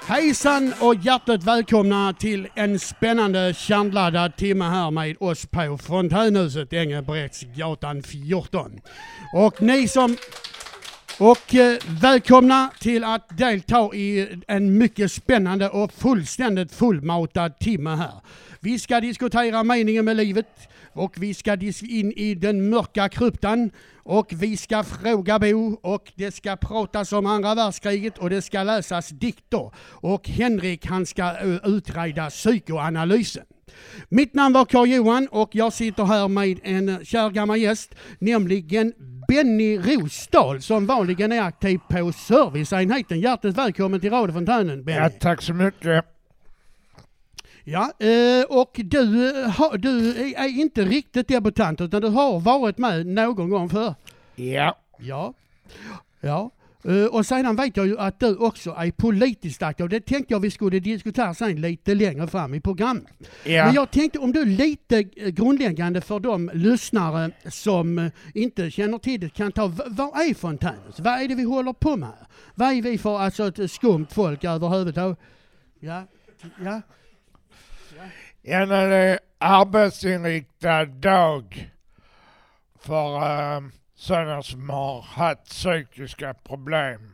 Hejsan och hjärtligt välkomna till en spännande kärnladdad timme här med oss på Fontänhuset, Engelbrektsgatan 14. Välkomna till att delta i en mycket spännande och fullständigt fullmatad timme här. Vi ska diskutera meningen med livet och vi ska in i den mörka kryptan och vi ska fråga Bo och det ska pratas om andra världskriget och det ska läsas dikter och Henrik han ska utreda psykoanalysen. Mitt namn var Carl-Johan och jag sitter här med en kär gammal gäst, nämligen Benny Rosdahl som vanligen är aktiv på serviceenheten. Hjärtligt välkommen till Radio Fontänen, Benny. Ja, tack så mycket. Ja, och du är inte riktigt debutant utan du har varit med någon gång förr. Ja. Ja. Och sedan vet jag ju att du också är politiskt aktiv. Det tänkte jag vi skulle diskutera sen lite längre fram i programmet. Ja. Men jag tänkte om du är lite grundläggande för de lyssnare som inte känner till det kan ta. Vad är Fontänhus? Vad är det vi håller på med? Vad är vi för alltså ett skumt folk överhuvudtaget? Ja. En arbetsinriktad dag för sådana som har haft psykiska problem.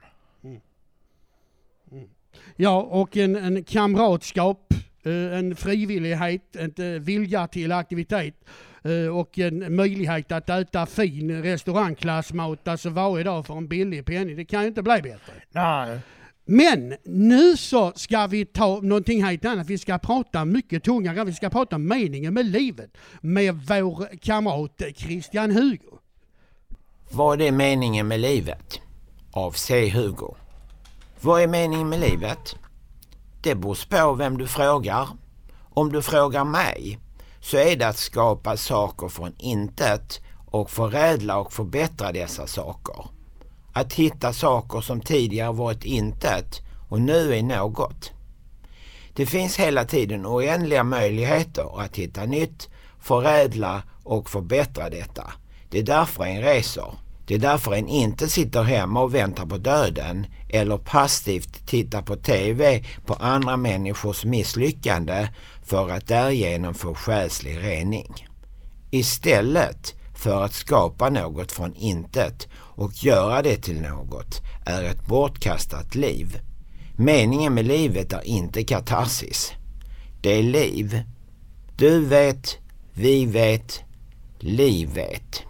Ja, och en kamratskap, en frivillighet, en vilja till aktivitet och en möjlighet att äta fin restaurangklassmat alltså varje dag för en billig penning. Det kan ju inte bli bättre. Nej. Men nu så ska vi ta någonting helt annat. Vi ska prata mycket tungare. Vi ska prata om meningen med livet med vår kamrat Christian Hugo. Vad är meningen med livet? Av C. Hugo. Vad är meningen med livet? Det beror på vem du frågar. Om du frågar mig så är det att skapa saker från intet och förädla och förbättra dessa saker. Att hitta saker som tidigare varit intet och nu är något. Det finns hela tiden oändliga möjligheter att hitta nytt, förädla och förbättra detta. Det är därför en reser. Det är därför en inte sitter hemma och väntar på döden eller passivt tittar på TV på andra människors misslyckande för att därigenom få själslig rening. Istället för att skapa något från intet och göra det till något är ett bortkastat liv. Meningen med livet är inte katarsis. Det är liv. Du vet, vi vet, liv vet.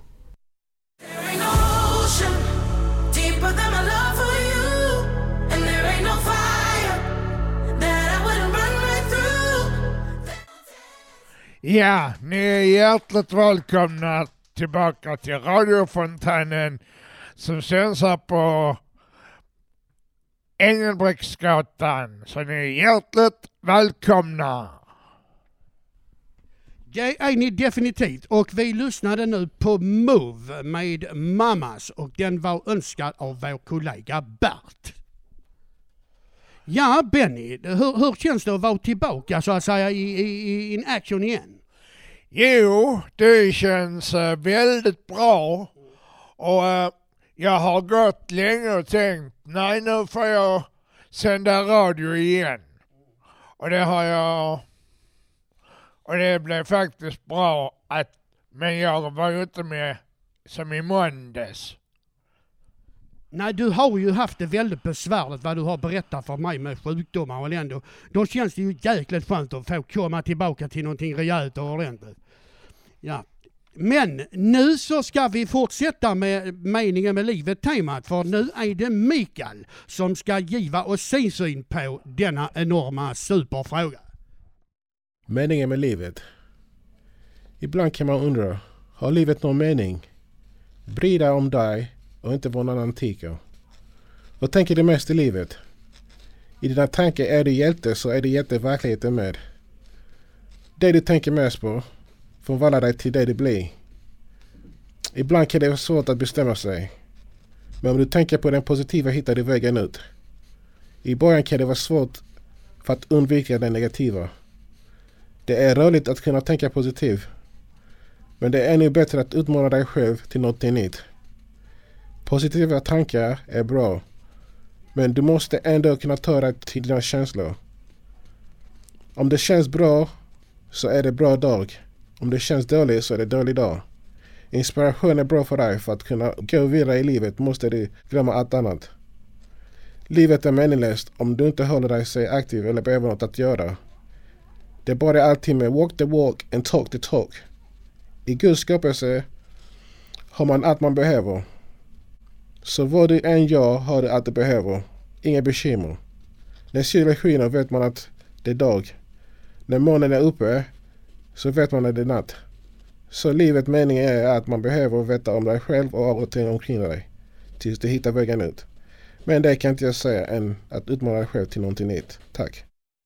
Ja, ni är hjärtligt välkomna tillbaka till Radio Fontänen som sänds här på Engelbrektsgatan. Så ni är hjärtligt välkomna. Det är ni definitivt och vi lyssnade nu på Move med Mamas och den var önskad av vår kollega Bert. Ja, Benny, hur känns det att vara tillbaka så att säga i action igen? Jo, det känns väldigt bra och jag har gått länge och tänkt nej, nu får jag sända radio igen. Och det har jag. Och det blev faktiskt bra men jag var ju inte med som i måndags. Nej, du har ju haft det väldigt besvärligt vad du har berättat för mig med sjukdomar och ändå. Då känns det ju jäkligt skönt att få komma tillbaka till någonting rejält och ordentligt. Ja. Men nu så ska vi fortsätta med meningen med livet-temat för nu är det Mikael som ska giva oss sin syn på denna enorma superfråga. Meningen med livet. Ibland kan man undra, har livet någon mening? Bry dig om dig och inte vad någon annan tycker. Vad tänker du mest i livet? I dina tankar är du hjälte så är du hjälte verkligheten med. Det du tänker mest på förvandlar dig till det du blir. Ibland kan det vara svårt att bestämma sig. Men om du tänker på den positiva hittar du vägen ut. I början kan det vara svårt för att undvika den negativa. Det är roligt att kunna tänka positivt. Men det är ännu bättre att utmana dig själv till något nytt. Positiva tankar är bra. Men du måste ändå kunna ta dig till dina känslor. Om det känns bra så är det bra dag. Om det känns dåligt så är det dålig dag. Inspiration är bra för dig. För att kunna gå vidare i livet måste du glömma allt annat. Livet är meningslöst om du inte håller dig sig aktiv eller behöver något att göra. Det är bara alltid med walk the walk and talk the talk. I Guds skapelse har man allt man behöver. Så vad du än gör har du allt du behöver. Inga bekymmer. När solen skiner vet man att det är dag. När månen är uppe så vet man att det är natt. Så livet meningen är att man behöver veta om dig själv och allting omkring dig. Tills du hittar vägen ut. Men det kan inte jag säga än att utmana dig själv till någonting nytt. Tack.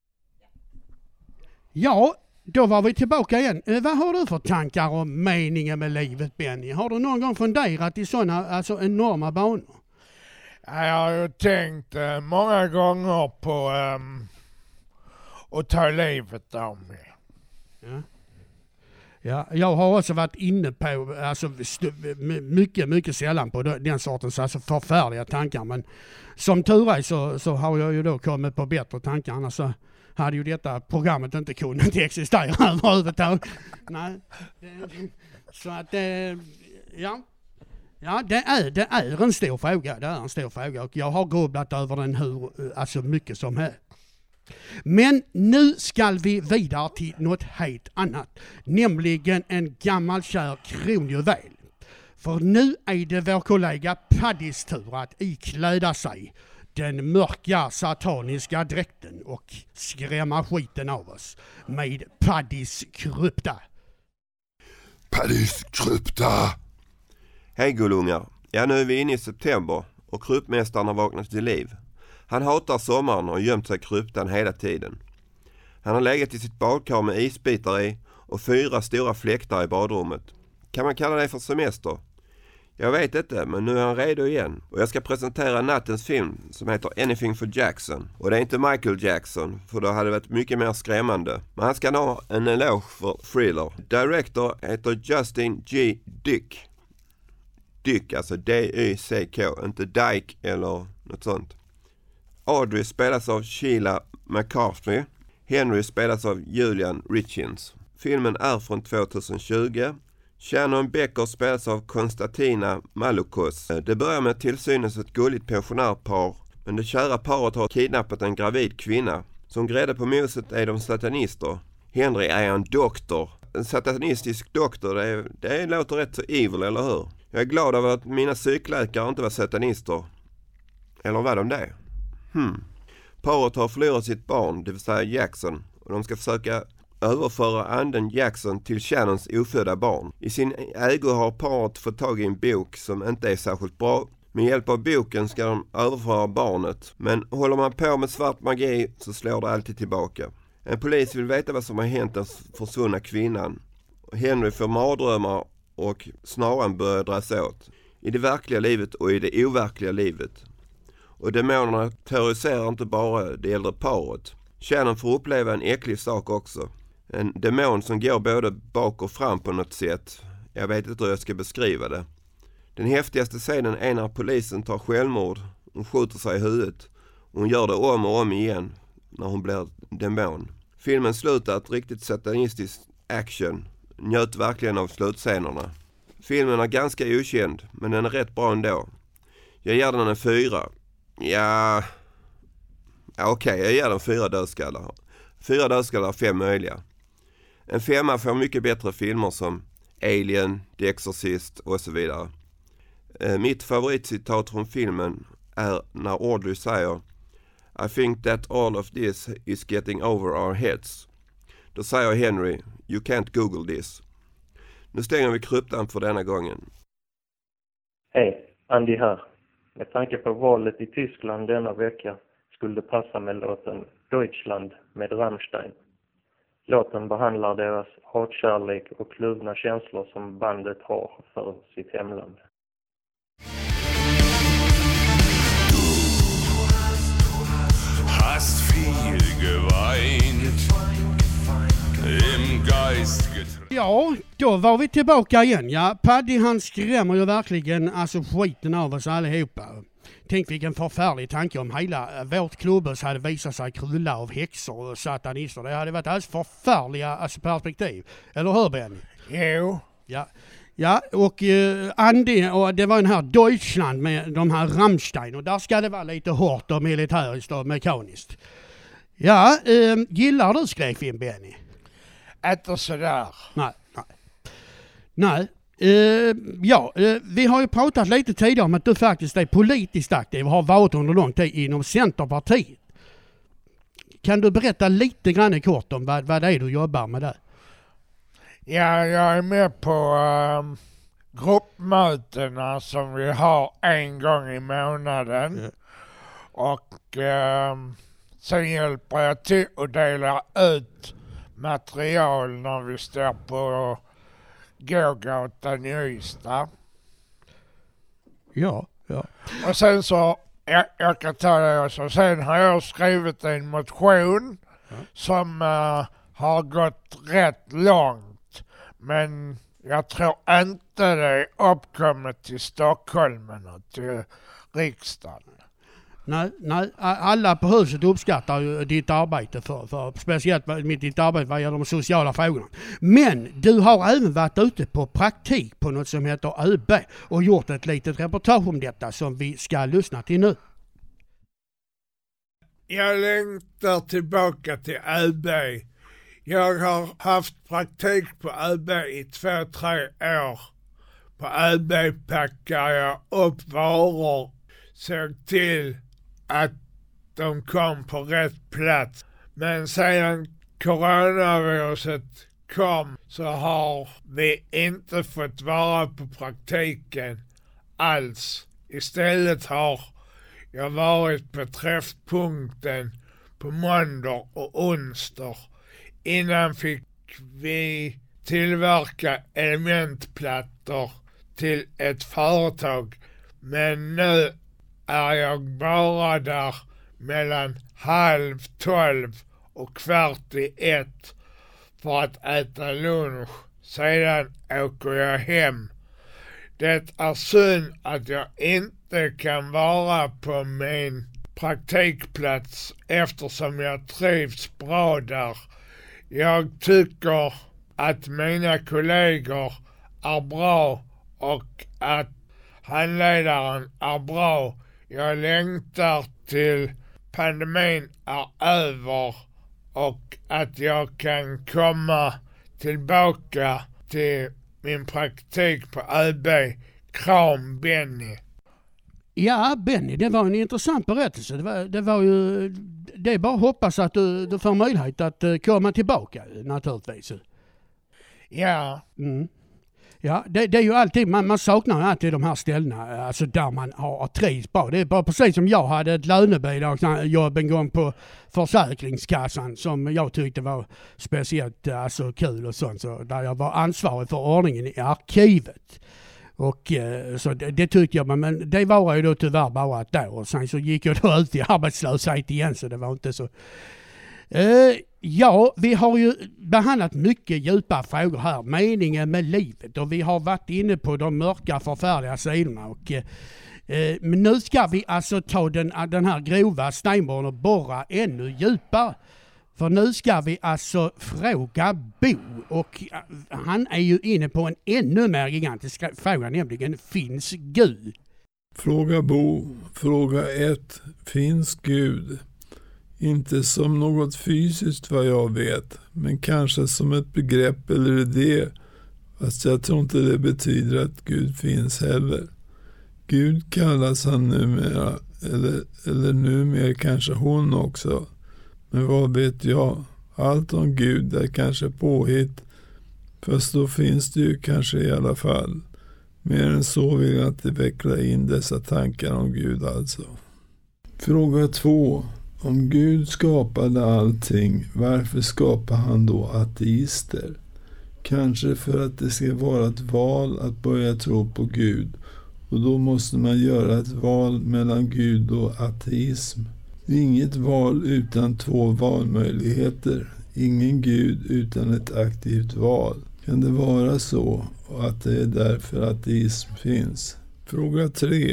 Ja, då var vi tillbaka igen. Vad har du för tankar om meningen med livet, Benny? Har du någon gång funderat i sådana enorma banor? Jag har ju tänkt många gånger på att ta livet av mig. Ja. Ja, jag har också varit inne på mycket sällan på den sortens förfärliga tankar. Men som tur är så har jag ju då kommit på bättre tankar. Annars så hade ju detta programmet inte kunnat existera överhuvudtaget. Nej. Så att ja, det är en stor fråga. Det är en stor fråga och jag har grubblat över den mycket som helst. Men nu ska vi vidare till något helt annat, nämligen en gammal kär kronjuvel. För nu är det vår kollega Paddys tur att ikläda sig den mörka sataniska dräkten och skrämma skiten av oss med Paddys krypta. Paddys krypta! Hej gullungar, ja nu är vi inne i september och kryptmästaren har vaknat till liv. Han hatar sommaren och gömt sig i kryptan hela tiden. Han har legat i sitt badkar med isbitar i och 4 stora fläktar i badrummet. Kan man kalla det för semester? Jag vet inte, men nu är han redo igen. Och jag ska presentera nattens film som heter Anything for Jackson. Och det är inte Michael Jackson, för då hade det varit mycket mer skrämmande. Men han ska ha en eloge för thriller. Director heter Justin G. Dick. Dick, alltså D-Y-C-K, inte Dyke eller något sånt. Audrey spelas av Sheila McCarthy. Henry spelas av Julian Richins. Filmen är från 2020. Shannon Becker spelas av Konstantina Malukos. Det börjar med till synes ett gulligt pensionärpar. Men det kära paret har kidnappat en gravid kvinna. Som grädde på moset är de satanister. Henry är en doktor. En satanistisk doktor, det låter rätt så evil, eller hur? Jag är glad över att mina psykläkare inte var satanister. Eller var de det? Paret har förlorat sitt barn, det vill säga Jackson. Och de ska försöka överföra anden Jackson till Shannons ofödda barn. I sin ägo har paret fått tag i en bok som inte är särskilt bra. Med hjälp av boken ska de överföra barnet. Men håller man på med svart magi så slår det alltid tillbaka. En polis vill veta vad som har hänt den försvunna kvinnan. Henry får mardrömmar och snaran börjar dras åt. I det verkliga livet och i det overkliga livet. Och demonerna terroriserar inte bara det äldre paret. Shannon får uppleva en äcklig sak också. En demon som går både bak och fram på något sätt. Jag vet inte hur jag ska beskriva det. Den häftigaste scenen är när polisen tar självmord. Hon skjuter sig i huvudet. Hon gör det om och om igen när hon blir demon. Filmen slutar ett riktigt satanistisk action. Njöt verkligen av slutscenerna. Filmen är ganska okänd, men den är rätt bra ändå. Jag ger den en 4. Ja, okej, jag ger den 4 dödskallar. 4 dödskallar, 5 möjliga. En 5 får mycket bättre filmer som Alien, The Exorcist och så vidare. Mitt favoritcitat från filmen är när Audrey säger I think that all of this is getting over our heads. Då säger Henry, you can't google this. Nu stänger vi kryptan för denna gången. Hej, Andy här. Med tanke på valet i Tyskland denna vecka skulle det passa med låten Deutschland med Rammstein. Låten behandlar deras hatkärlek och kluvna känslor som bandet har för sitt hemland. Hast viel geweint im Geist getrennt. Ja, då var vi tillbaka igen. Ja, Paddy han skrämmer ju verkligen skiten av oss allihopa. Tänk vilken förfärlig tanke om hela vårt klubbhus hade visat sig krulla av häxor och satanister. Det hade varit alldeles förfärliga perspektiv. Eller hur, Benny? Jo. Ja, och Andi, och det var den här Deutschland med de här Rammstein, och där ska det vara lite hårt och militäriskt och mekaniskt. Ja, gillar du skräckfilm, Benny? Inte sådär. Nej. Vi har ju pratat lite tidigare om att du faktiskt är politiskt aktiv och har varit under lång tid inom Centerpartiet. Kan du berätta lite grann kort om vad det är du jobbar med där? Ja, jag är med på gruppmötena som vi har en gång i månaden. Ja. Och sen hjälper jag till att dela ut material när vi står på gågatan i Ystad. Ja. Och sen så, jag kan ta det också, sen har jag skrivit en motion som har gått rätt långt. Men jag tror inte det är uppkommit till Stockholm och till riksdagen. Nej, alla på huset uppskattar ju ditt arbete för speciellt med ditt arbete vad gäller de sociala frågorna. Men du har även varit ute på praktik på något som heter ÖB och gjort ett litet reportage om detta som vi ska lyssna till nu. Jag längtar tillbaka till ÖB. Jag har haft praktik på ÖB i 2-3 år. På ÖB packar jag upp varor, såg till att de kom på rätt plats. Men sedan coronaviruset kom så har vi inte fått vara på praktiken alls. Istället har jag varit på träffpunkten på måndag och onsdag. Innan fick vi tillverka elementplattor till ett företag. Men nu är jag bara där mellan 11:30 och 12:15 för att äta lunch. Sedan åker jag hem. Det är synd att jag inte kan vara på min praktikplats eftersom jag trivs bra där. Jag tycker att mina kollegor är bra och att handledaren är bra. Jag längtar till pandemin är över och att jag kan komma tillbaka till min praktik på ÖB. Kram, Benny. Ja, Benny, det var en intressant berättelse. Det är bara att hoppas att du får möjlighet att komma tillbaka naturligtvis. Ja. Mm. Ja, det är ju alltid, man saknar ju alltid de här ställena, alltså där man har trivs bra. Det är bara precis som jag hade ett lönebidragsjobb en gång på Försäkringskassan som jag tyckte var speciellt kul och sånt, så där jag var ansvarig för ordningen i arkivet. Och så det tyckte jag, men det var ju då tyvärr bara ett år. Och sen så gick jag då ut i arbetslöshet igen, så det var inte så. Ja, vi har ju behandlat mycket djupa frågor här. Meningen med livet. Och vi har varit inne på de mörka, förfärliga sidorna. Och, men nu ska vi alltså ta den här grova steinborren och borra ännu djupare. För nu ska vi alltså fråga Bo. Och han är ju inne på en ännu mer gigantisk fråga, nämligen finns Gud? Fråga Bo. Fråga 1. Finns Gud? Inte som något fysiskt vad jag vet, men kanske som ett begrepp eller idé, fast jag tror inte det betyder att Gud finns heller. Gud kallas han numera, eller numera kanske hon också, men vad vet jag? Allt om Gud är kanske påhitt, fast då finns det ju kanske i alla fall. Mer än så vill jag inte veckla in dessa tankar om Gud alltså. Fråga 2. Om Gud skapade allting, varför skapar han då ateister? Kanske för att det ska vara ett val att börja tro på Gud. Och då måste man göra ett val mellan Gud och ateism. Inget val utan 2 valmöjligheter. Ingen Gud utan ett aktivt val. Kan det vara så att det är därför ateism finns? Fråga 3.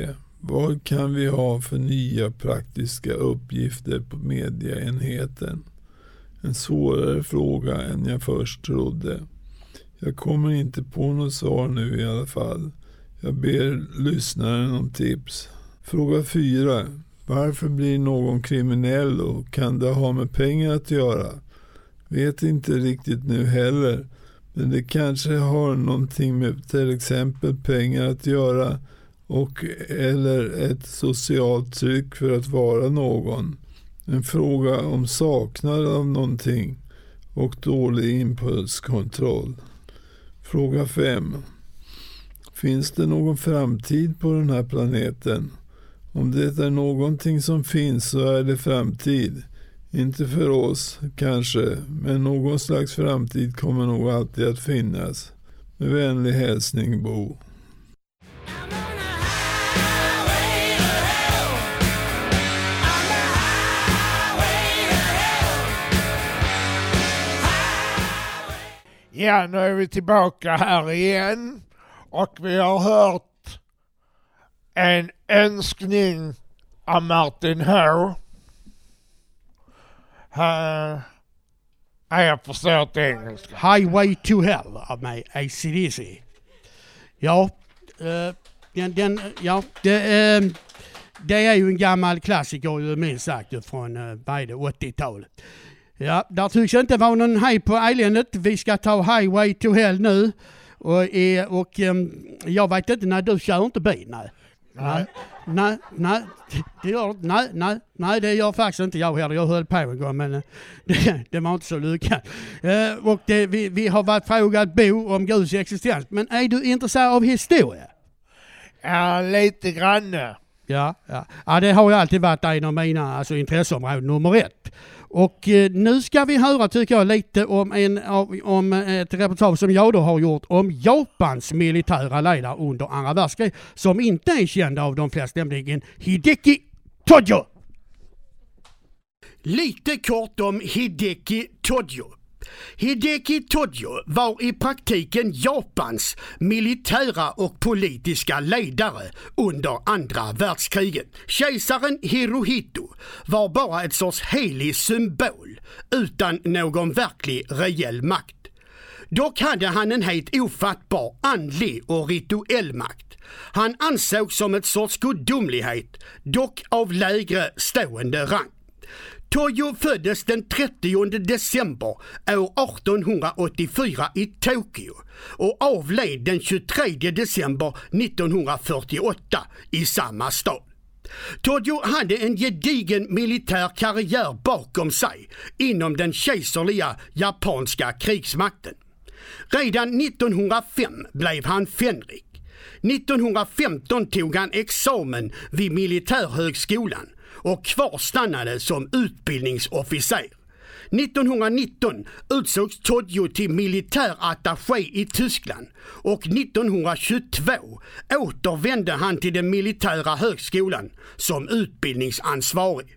Vad kan vi ha för nya praktiska uppgifter på mediaenheten? En svårare fråga än jag först trodde. Jag kommer inte på något svar nu i alla fall. Jag ber lyssnaren om tips. Fråga 4. Varför blir någon kriminell och kan det ha med pengar att göra? Vet inte riktigt nu heller. Men det kanske har någonting med till exempel pengar att göra och eller ett socialt tryck för att vara någon. En fråga om saknad av någonting och dålig impulskontroll. Fråga 5. Finns det någon framtid på den här planeten? Om det är någonting som finns så är det framtid. Inte för oss kanske, men någon slags framtid kommer nog alltid att finnas. Med vänlig hälsning, Bo. Ja, nu är vi tillbaka här igen och vi har hört en önskning av Martin H. Jag förstår inte engelska. Highway to Hell av mig, AC/DC. Ja, det är ju en gammal klassiker minst sagt från 80-talet. Ja, där tycks inte vara någon hej på eländet. Vi ska ta Highway to Hell nu. Och jag vet inte, när du kör inte bil, Nej, det gör faktiskt inte jag heller. Jag höll på en gång, men det var inte så lyckat. Och vi har varit frågat Bo om Guds existens. Men är du intresserad av historia? Ja, lite grann. Ja, det har ju alltid varit en av mina intresseområden nummer 1. Och nu ska vi höra, tycker jag, lite om ett reportage som jag då har gjort om Japans militära ledare under andra världskriget, som inte är känd av de flesta, nämligen Hideki Tojo. Lite kort om Hideki Tojo. Hideki Tojo var i praktiken Japans militära och politiska ledare under andra världskriget. Kejsaren Hirohito var bara ett sorts helig symbol utan någon verklig reell makt. Dock hade han en helt ofattbar andlig och rituell makt. Han ansågs som ett sorts gudomlighet, dock av lägre stående rang. Tojo föddes den 30 december år 1884 i Tokyo och avled den 23 december 1948 i samma stad. Tojo hade en gedigen militär karriär bakom sig inom den kejserliga japanska krigsmakten. Redan 1905 blev han fänrik. 1915 tog han examen vid militärhögskolan och kvarstannade som utbildningsofficer. 1919 utsågs Tojo till militärattaché i Tyskland och 1922 återvände han till den militära högskolan som utbildningsansvarig.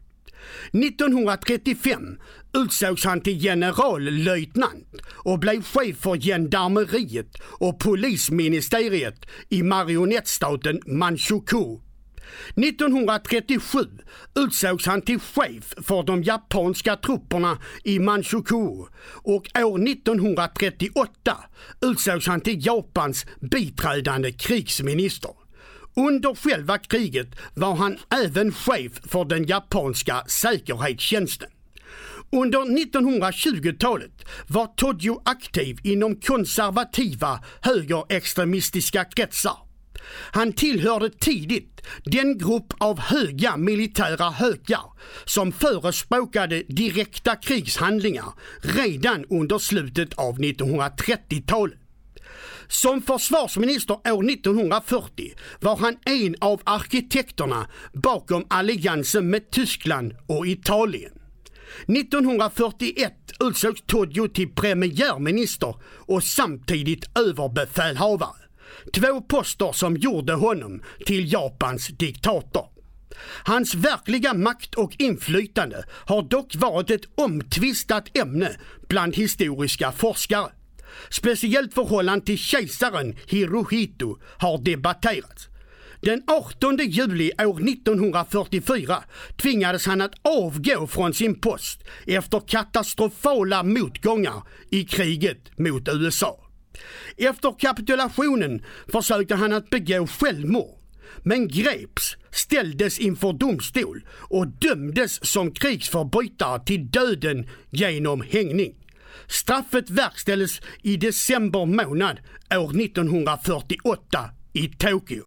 1935 utsågs han till generallöjtnant och blev chef för gendarmeriet och polisministeriet i marionettstaten Manchukuo. 1937 utsågs han till chef för de japanska trupperna i Manchukuo och år 1938 utsågs han till Japans biträdande krigsminister. Under själva kriget var han även chef för den japanska säkerhetstjänsten. Under 1920-talet var Tojo aktiv inom konservativa högerextremistiska kretsar. Han tillhörde tidigt den grupp av höga militära högar som förespråkade direkta krigshandlingar redan under slutet av 1930-talet. Som försvarsminister år 1940 var han en av arkitekterna bakom alliansen med Tyskland och Italien. 1941 utsågs Tojo till premiärminister och samtidigt överbefälhavare. 2 poster som gjorde honom till Japans diktator. Hans verkliga makt och inflytande har dock varit ett omtvistat ämne bland historiska forskare. Speciellt förhållande till kejsaren Hirohito har debatterats. Den 18 juli år 1944 tvingades han att avgå från sin post efter katastrofala motgångar i kriget mot USA. Efter kapitulationen försökte han att begå självmord, men greps, ställdes inför domstol och dömdes som krigsförbrytare till döden genom hängning. Straffet verkställdes i december månad år 1948 i Tokyo.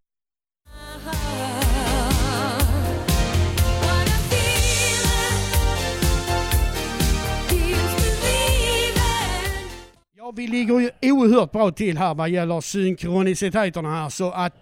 Ja, vi ligger ju oerhört bra till här vad gäller synkroniciteterna här, så att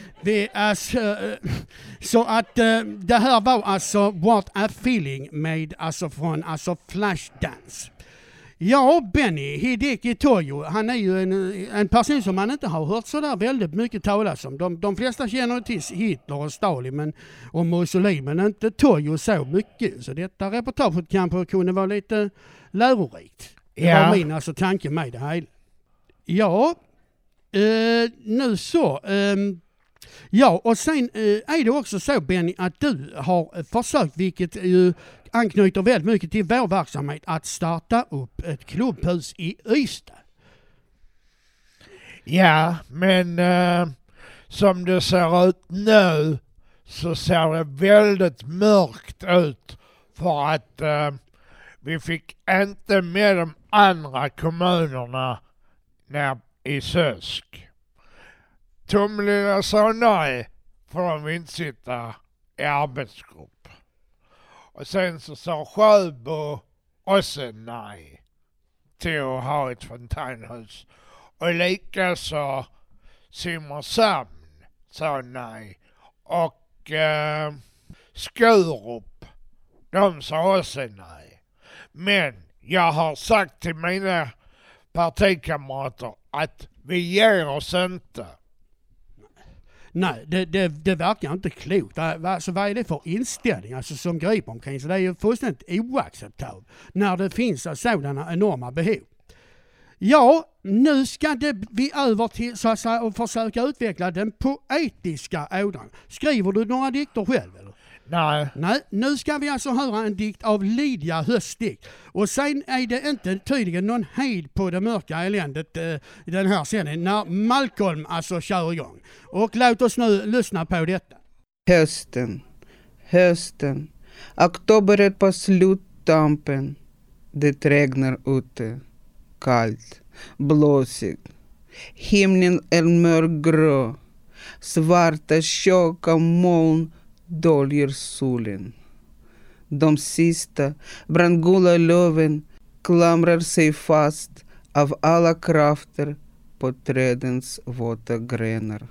det här var alltså What a Feeling med från Flashdance. Ja, Benny Hideki Toyo, han är ju en person som man inte har hört så där väldigt mycket talas om. De flesta känner till Hitler och Stalin och Mussolini, men inte Toyo så mycket. Så detta reportaget kanske kunde vara lite lärorikt. Det var min tanke med det här. Ja, nu så. Ja, och sen är det också så, Benny, att du har försökt, vilket ju anknyter väldigt mycket till vår verksamhet, att starta upp ett klubbhus i Ystad. Ja, men som det ser ut nu så ser det väldigt mörkt ut, för att vi fick inte med de andra kommunerna ner i SÖSK. Tumlilla sa nej, för de vill inte sitta i arbetsgrupp. Och sen så sa Sjöbo också nej till att ha ett fontänhus. Och likaså Simrishamn sa nej. Och Skurup, de sa också nej. Men jag har sagt till mina partikamrater att vi ger oss inte. Nej, det verkar inte klokt. Alltså, vad är det för inställning som griper omkring? Så det är ju fullständigt oacceptabelt när det finns sådana enorma behov. Ja, nu ska vi över till så att säga, och försöka utveckla den poetiska ådran. Skriver du några dikter själv, eller? Nej, nu ska vi alltså höra en dikt av Lydia Höstdikt. Och sen är det inte tydligen någon hejd på det mörka eländet i den här scenen när Malcolm alltså kör igång. Och låt oss nu lyssna på detta. Hösten. Oktober är på sluttampen. Det regnar ute. Kallt. Blåsigt. Himlen är mörkgrå. Svarta tjocka moln döljer solen. De sista brandgula löven klamrar sig fast av alla krafter på trädens våta grenar.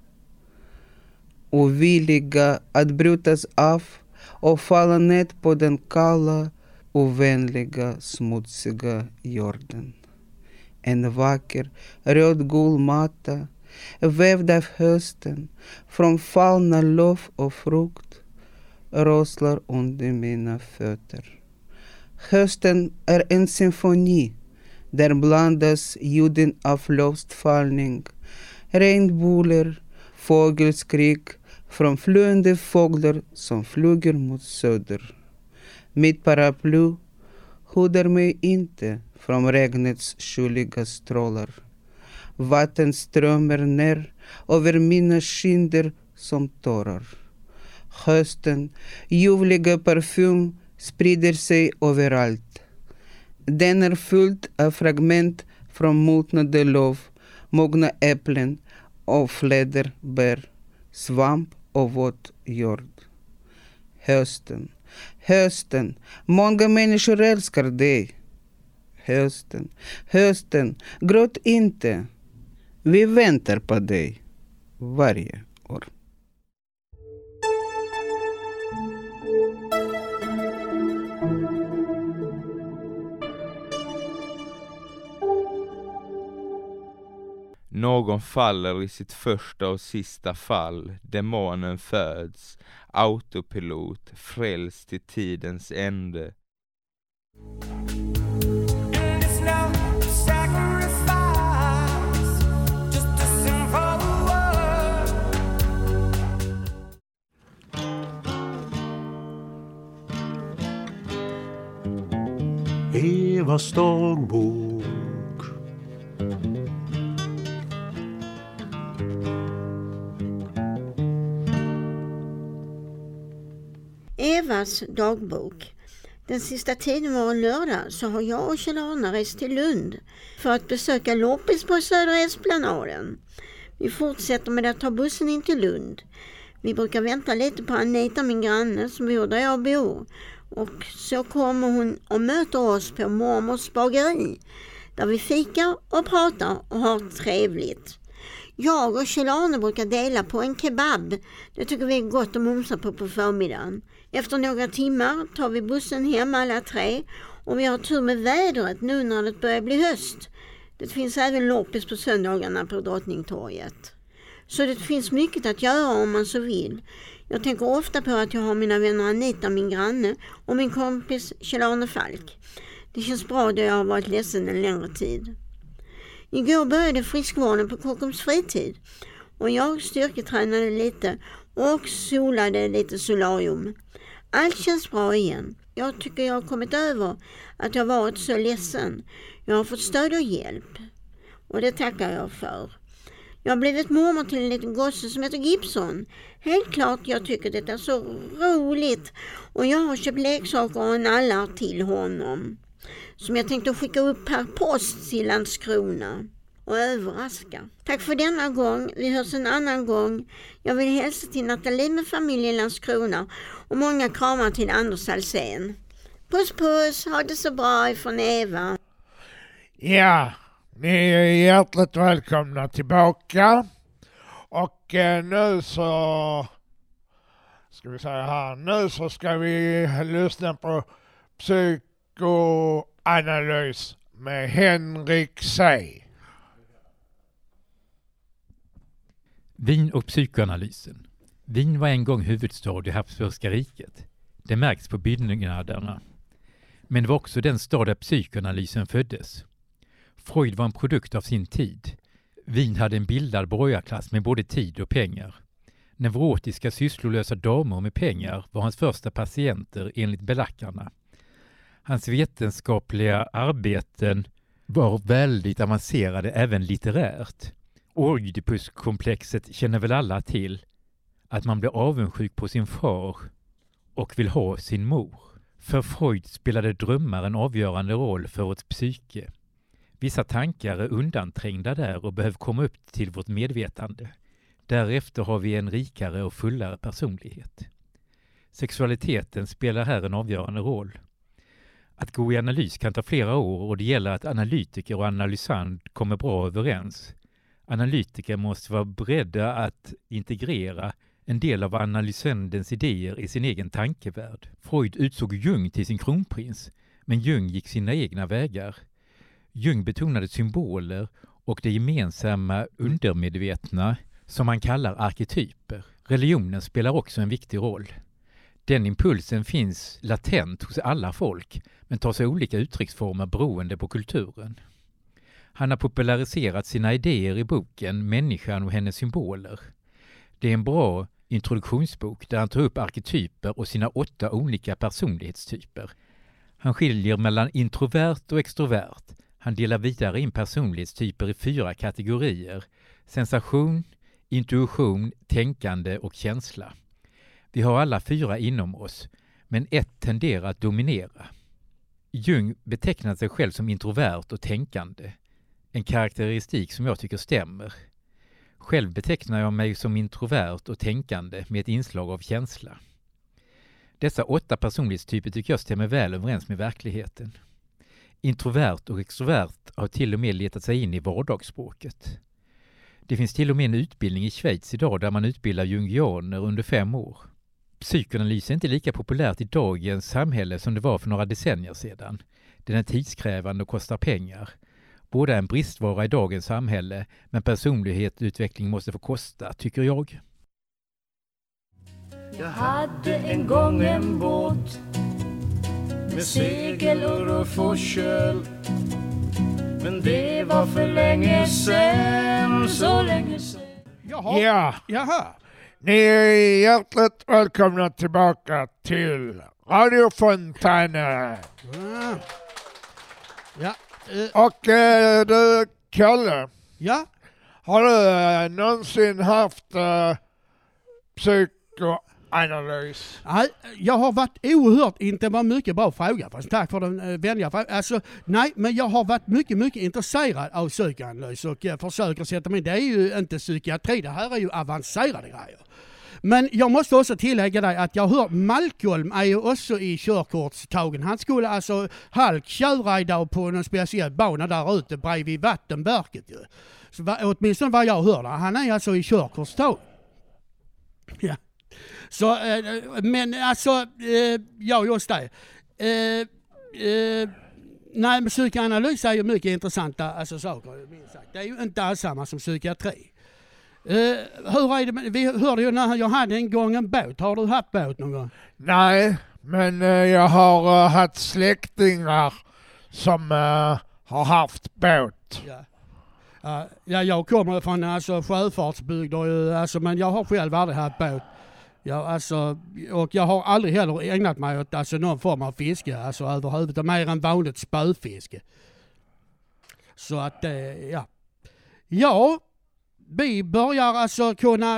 Ovilliga att brytas av och falla ned på den kalla, ovänliga, smutsiga jorden. En vacker rödgul matta vävd av hösten från fallna löv och frukt rosslar under mina fötter. Hösten är en symfoni där blandas ljuden av luftfallning, regnbuller, fågelskrik från flyende fåglar som flyger mot söder. Mitt paraply skyddar mig inte från regnets kyliga strålar. Vatten strömmar ner över mina kinder som tårar. Hösten, ljuvliga parfym sprider sig överallt. Den är fylld av fragment från multnade löv, mogna äpplen och fläderbär, svamp och våt jord. Hösten, många människor älskar dig. Hösten, gråt inte. Vi väntar på dig varje år. Någon faller i sitt första och sista fall. Demonen föds. Autopilot, frälst till tidens ände. Evas dagbok. Evas dagbok. Den sista tiden var lördag så har jag och Kjell-Arne rest till Lund för att besöka loppis på Södra Esplanaden. Vi fortsätter med att ta bussen in till Lund. Vi brukar vänta lite på Anita, min granne, som bor där jag bor. Och så kommer hon och möter oss på mormors bageri där vi fikar och pratar och har trevligt. Jag och Kjell-Arne brukar dela på en kebab. Det tycker vi är gott att mumsa på förmiddagen. Efter några timmar tar vi bussen hem alla tre och vi har tur med vädret nu när det börjar bli höst. Det finns även loppis på söndagarna på Drottningtorget. Så det finns mycket att göra om man så vill. Jag tänker ofta på att jag har mina vänner Anita, min granne, och min kompis Kjell-Arne Falk. Det känns bra då jag har varit ledsen en längre tid. Igår började friskvården på Kockums fritid och jag styrketränade lite och solade lite solarium. Allt känns bra igen. Jag tycker jag har kommit över att jag varit så ledsen. Jag har fått stöd och hjälp och det tackar jag för. Jag har blivit mormor till en liten gosse som heter Gibson. Helt klart jag tycker det är så roligt och jag har köpt leksaker och nallar till honom som jag tänkte skicka upp per post till Landskrona och överraska. Tack för denna gång. Vi hörs en annan gång. Jag vill hälsa till Nathalie med familj i Landskrona och många kramar till Anders Alsen. Puss puss, ha det så bra ifrån Eva. Ja, ni är hjärtligt välkomna tillbaka. Och nu så ska vi säga här, nu så ska vi lyssna på psykoanalys med Henrik Sey. Wien och psykoanalysen. Wien var en gång huvudstad i Habsburgska riket. Det märks på byggnaderna. Men det var också den stad där psykoanalysen föddes. Freud var en produkt av sin tid. Wien hade en bildad borgarklass med både tid och pengar. Neurotiska sysslolösa damer med pengar var hans första patienter enligt belackarna. Hans vetenskapliga arbeten var väldigt avancerade även litterärt. Oidipuskomplexet känner väl alla till, att man blir avundsjuk på sin far och vill ha sin mor. För Freud spelade drömmar en avgörande roll för vårt psyke. Vissa tankar är undanträngda där och behöver komma upp till vårt medvetande. Därefter har vi en rikare och fullare personlighet. Sexualiteten spelar här en avgörande roll. Att gå i analys kan ta flera år och det gäller att analytiker och analysand kommer bra överens. Analytiker måste vara beredda att integrera en del av analysandens idéer i sin egen tankevärld. Freud utsåg Jung till sin kronprins, men Jung gick sina egna vägar. Jung betonade symboler och det gemensamma undermedvetna som man kallar arketyper. Religionen spelar också en viktig roll. Den impulsen finns latent hos alla folk men tar sig olika uttrycksformer beroende på kulturen. Han har populariserat sina idéer i boken Människan och hennes symboler. Det är en bra introduktionsbok där han tar upp arketyper och sina 8 olika personlighetstyper. Han skiljer mellan introvert och extrovert. Han delar vidare in personlighetstyper i 4 kategorier: sensation, intuition, tänkande och känsla. Vi har alla 4 inom oss, men ett tenderar att dominera. Jung betecknar sig själv som introvert och tänkande. En karaktäristik som jag tycker stämmer. Själv betecknar jag mig som introvert och tänkande med ett inslag av känsla. Dessa 8 personlighetstyper tycker jag stämmer väl överens med verkligheten. Introvert och extrovert har till och med letat sig in i vardagsspråket. Det finns till och med en utbildning i Schweiz idag där man utbildar jungianer under 5 år. Psykoanalys är inte lika populärt i dagens samhälle som det var för några decennier sedan. Den är tidskrävande och kostar pengar. Båda är en bristvara i dagens samhälle, men personlighetsutveckling måste få kosta, tycker jag. Jag hade en gång en båt med segel och ruff och köl, men det var för länge sedan, så länge sedan. Jaha. Ni är hjärtligt välkomna tillbaka till Radio Fontänen. Ja. Och du, Kalle. Ja? Har du någonsin haft psykoanalys? Nej, jag har varit oerhört, inte var mycket bra fråga, fast tack för den vänliga frågan. Alltså, nej, men jag har varit mycket intresserad av psykoanalys och försöker sätta mig. Det är ju inte psykiatri, det här är ju avancerade grejer. Men jag måste också tillägga dig att jag hör Malcolm är ju också i körkortstagen. Han skulle alltså halkköra idag på en speciell bana där ute bredvid vattenverket ju. Så, åtminstone vad jag hörde. Han är alltså i körkortstag. Ja. Så, men alltså, ja just det. Nej, men psykoanalys är ju mycket intressanta alltså, saker. Det är ju inte alls samma som psykiatri. Hur är det? Vi hörde ju när jag hade en gång en båt. Har du haft båt någon gång? Nej, men jag har haft släktingar som har haft båt. Ja, jag kommer från alltså, sjöfartsbygder, alltså, men jag har själv aldrig haft båt. Ja, alltså, och jag har aldrig heller ägnat mig åt alltså, någon form av fiske, alltså överhuvudtaget, mer än vanligt spöfiske. Så att, ja. Ja, vi börjar alltså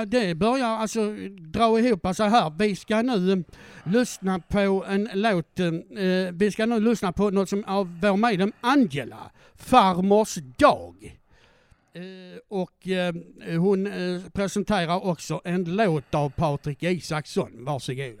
dra ihop så här. Vi ska nu lyssna på en låt. Vi ska nu lyssna på något som av vår medlem Angela, Farmors dag. Och hon presenterar också en låt av Patrik Isaksson. Varsågoda.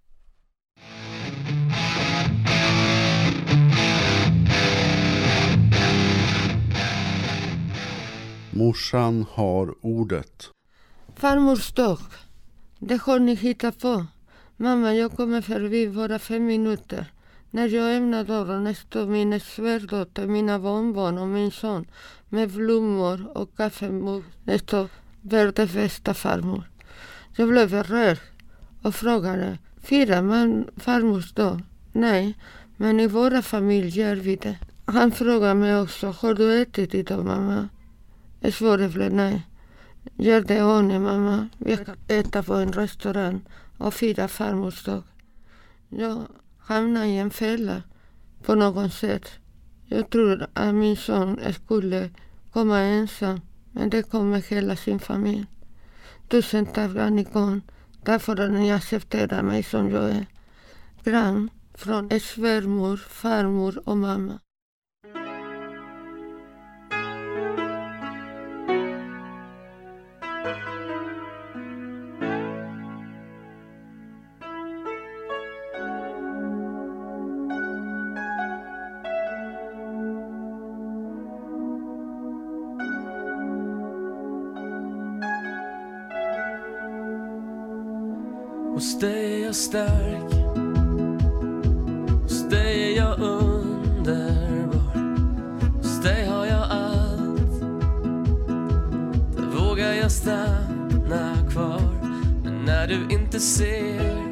Morsan har ordet. Farmors dag. Det har ni hittat på. Mamma, jag kommer förbi våra 5 minuter. När jag öppnar dörren står min svärdotter, mina barnbarn och min son med blommor och kaffemugg. Det står världens bästa farmor. Jag blev rörd och frågade, firar man farmors dag? Nej, men i våra familj gör vi det. Han frågade mig också, har du ätit idag mamma? Svaret blev nej. Gör det ordning mamma. Vi kan äta på en restaurang och fira farmors dag. Jag hamnade i en fälla på något sätt. Jag tror att min son skulle komma ensam, men det kom med hela sin familj. Tusen tack Annikon, därför att ni accepterar mig som jag är. Grann från svärmor, farmor och mamma. Hos dig är jag stark, hos dig är jag underbar, hos dig har jag allt, där vågar jag stanna kvar, men när du inte ser.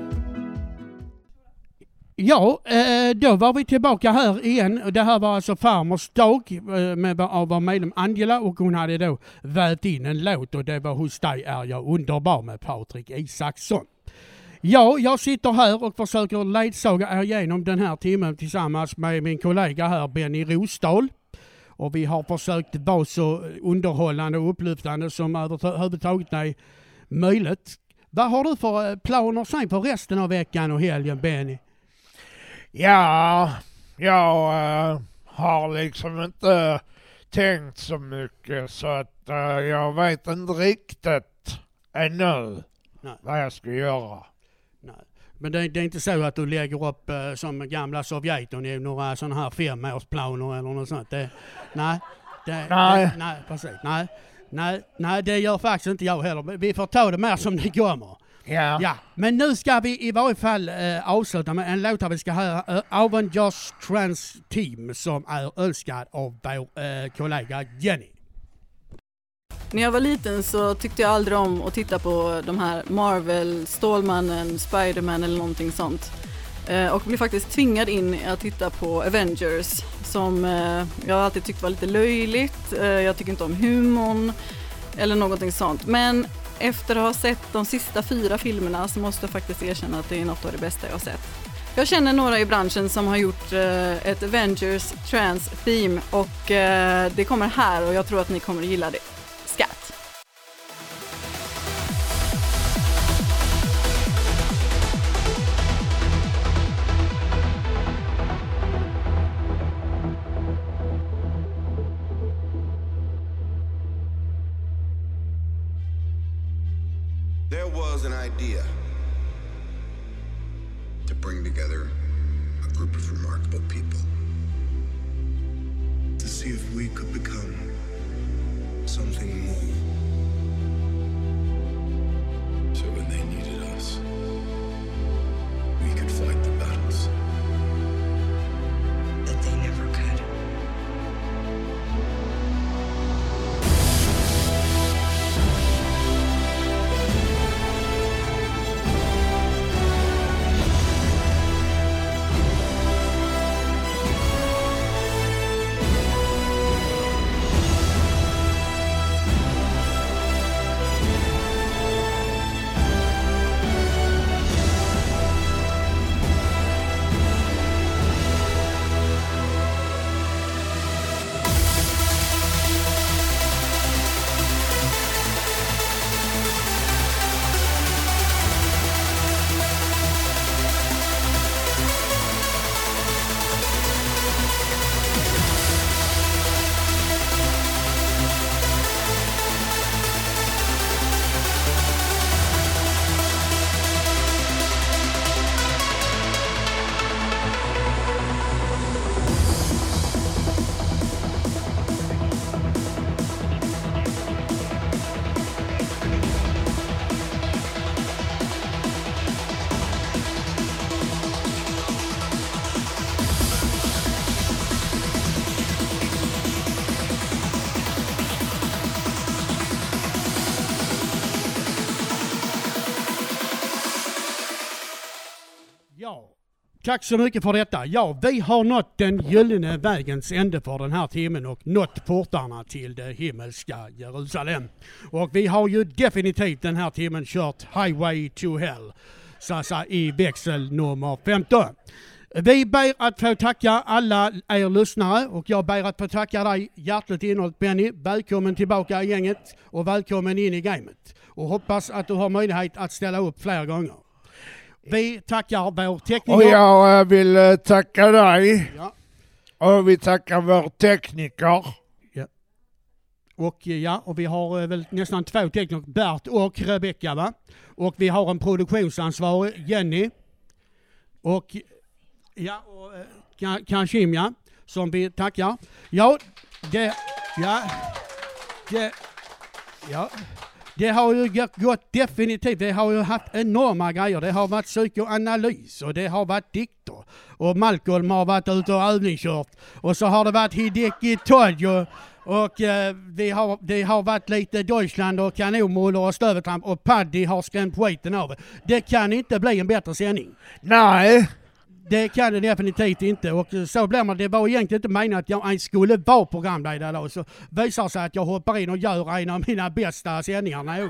Ja, då var vi tillbaka här igen. Det här var alltså farmors dag av vår medlem Angela och hon hade då vävt in en låt och det var Hos dig är jag underbar med Patrik Isaksson. Ja, jag sitter här och försöker ledsaga er igenom den här timmen tillsammans med min kollega här Benny Rosdahl. Och vi har försökt vara så underhållande och upplyftande som överhuvudtaget är möjligt. Vad har du för planer sen för resten av veckan och helgen, Benny? Ja, jag har liksom inte tänkt så mycket så att jag vet inte riktigt ännu vad jag ska göra. Nej. Men det är inte så att du lägger upp som gamla Sovjetunionen några sådana här 5-årsplaner eller något sånt? Nej, precis. Nej, det gör faktiskt inte jag heller. Vi får ta det mer som det kommer. Ja. Men nu ska vi i varje fall avsluta med en låt där vi ska höra Avengers Trans Team som är önskad av vår kollega Jenny. När jag var liten så tyckte jag aldrig om att titta på de här Marvel, Stålmannen, Spider-Man eller någonting sånt. Och blev faktiskt tvingad in att titta på Avengers som jag alltid tyckte var lite löjligt. Jag tycker inte om humorn eller någonting sånt. Men efter att ha sett de sista 4 filmerna så måste jag faktiskt erkänna att det är något av det bästa jag har sett. Jag känner några i branschen som har gjort ett Avengers Trans Theme och det kommer här och jag tror att ni kommer gilla det. Skatt! There was an idea to bring together a group of remarkable people to see if we could become something more. So when they needed us, we could fight the battles that they never could. Tack så mycket för detta. Ja, vi har nått den gyllene vägens ände för den här timmen och nått portarna till det himmelska Jerusalem. Och vi har ju definitivt den här timmen kört Highway to Hell, Sasa i växel nummer 15. Vi ber att få tacka alla er lyssnare och jag ber att få tacka dig hjärtligt inåt Benny. Välkommen tillbaka i gänget och välkommen in i gamet. Och hoppas att du har möjlighet att ställa upp fler gånger. Vi tackar vår tekniker. Och jag vill tacka dig. Ja. Och vi tackar vår tekniker. Ja. Och vi har väl nästan 2 tekniker, Bert och Rebecka, va? Och vi har en produktionsansvarig, Jenny. Och Kashim, som vi tackar. Det har ju gått definitivt. Det har ju haft enorma grejer. Det har varit psykoanalys och det har varit dikter. Och Malcolm har varit ute och övningskört. Och så har det varit Hideki Tojo. Och det har varit lite Deutschland och kanonmål och stövetramp. Och Paddy har skrämt skiten av. Det kan inte bli en bättre sändning. Nej. Det kan det definitivt inte och så blir man. Det var egentligen inte meningen att jag skulle vara programledare då. Så visar sig att jag hoppar in och gör en av mina bästa sändningar.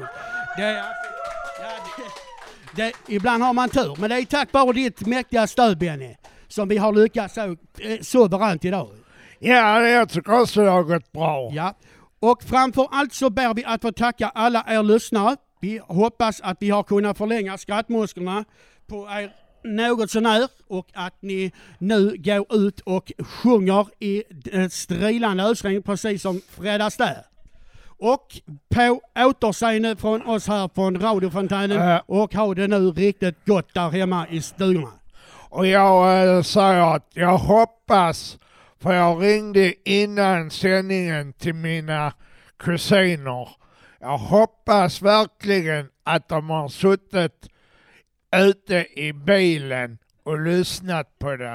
Ibland har man tur, men det är tack vare ditt mäktiga stöd, Benny, som vi har lyckats så varant idag. Ja, jag tycker också det har gått bra. Ja, och framför allt så ber vi att få tacka alla er lyssnare. Vi hoppas att vi har kunnat förlänga skrattmusklerna på er något sånär och att ni nu går ut och sjunger i strilande ösregn precis som Fred Astaire. Och på återseende från oss här från radiofontänen och ha det nu riktigt gott där hemma i stugorna. Och jag säger att jag hoppas, för jag ringde innan sändningen till mina kusiner. Jag hoppas verkligen att de har suttit ute i bilen och lyssnat på det.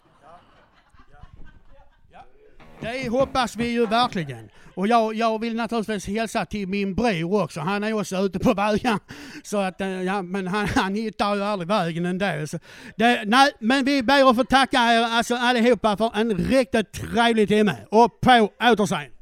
Det hoppas vi ju verkligen. Och jag vill naturligtvis hälsa till min bror också. Han är också ute på vägen. Så att, men han hittar ju aldrig vägen ändå. Så men vi ber att få tacka er alltså allihopa för en riktigt trevlig timme. Och på återseende.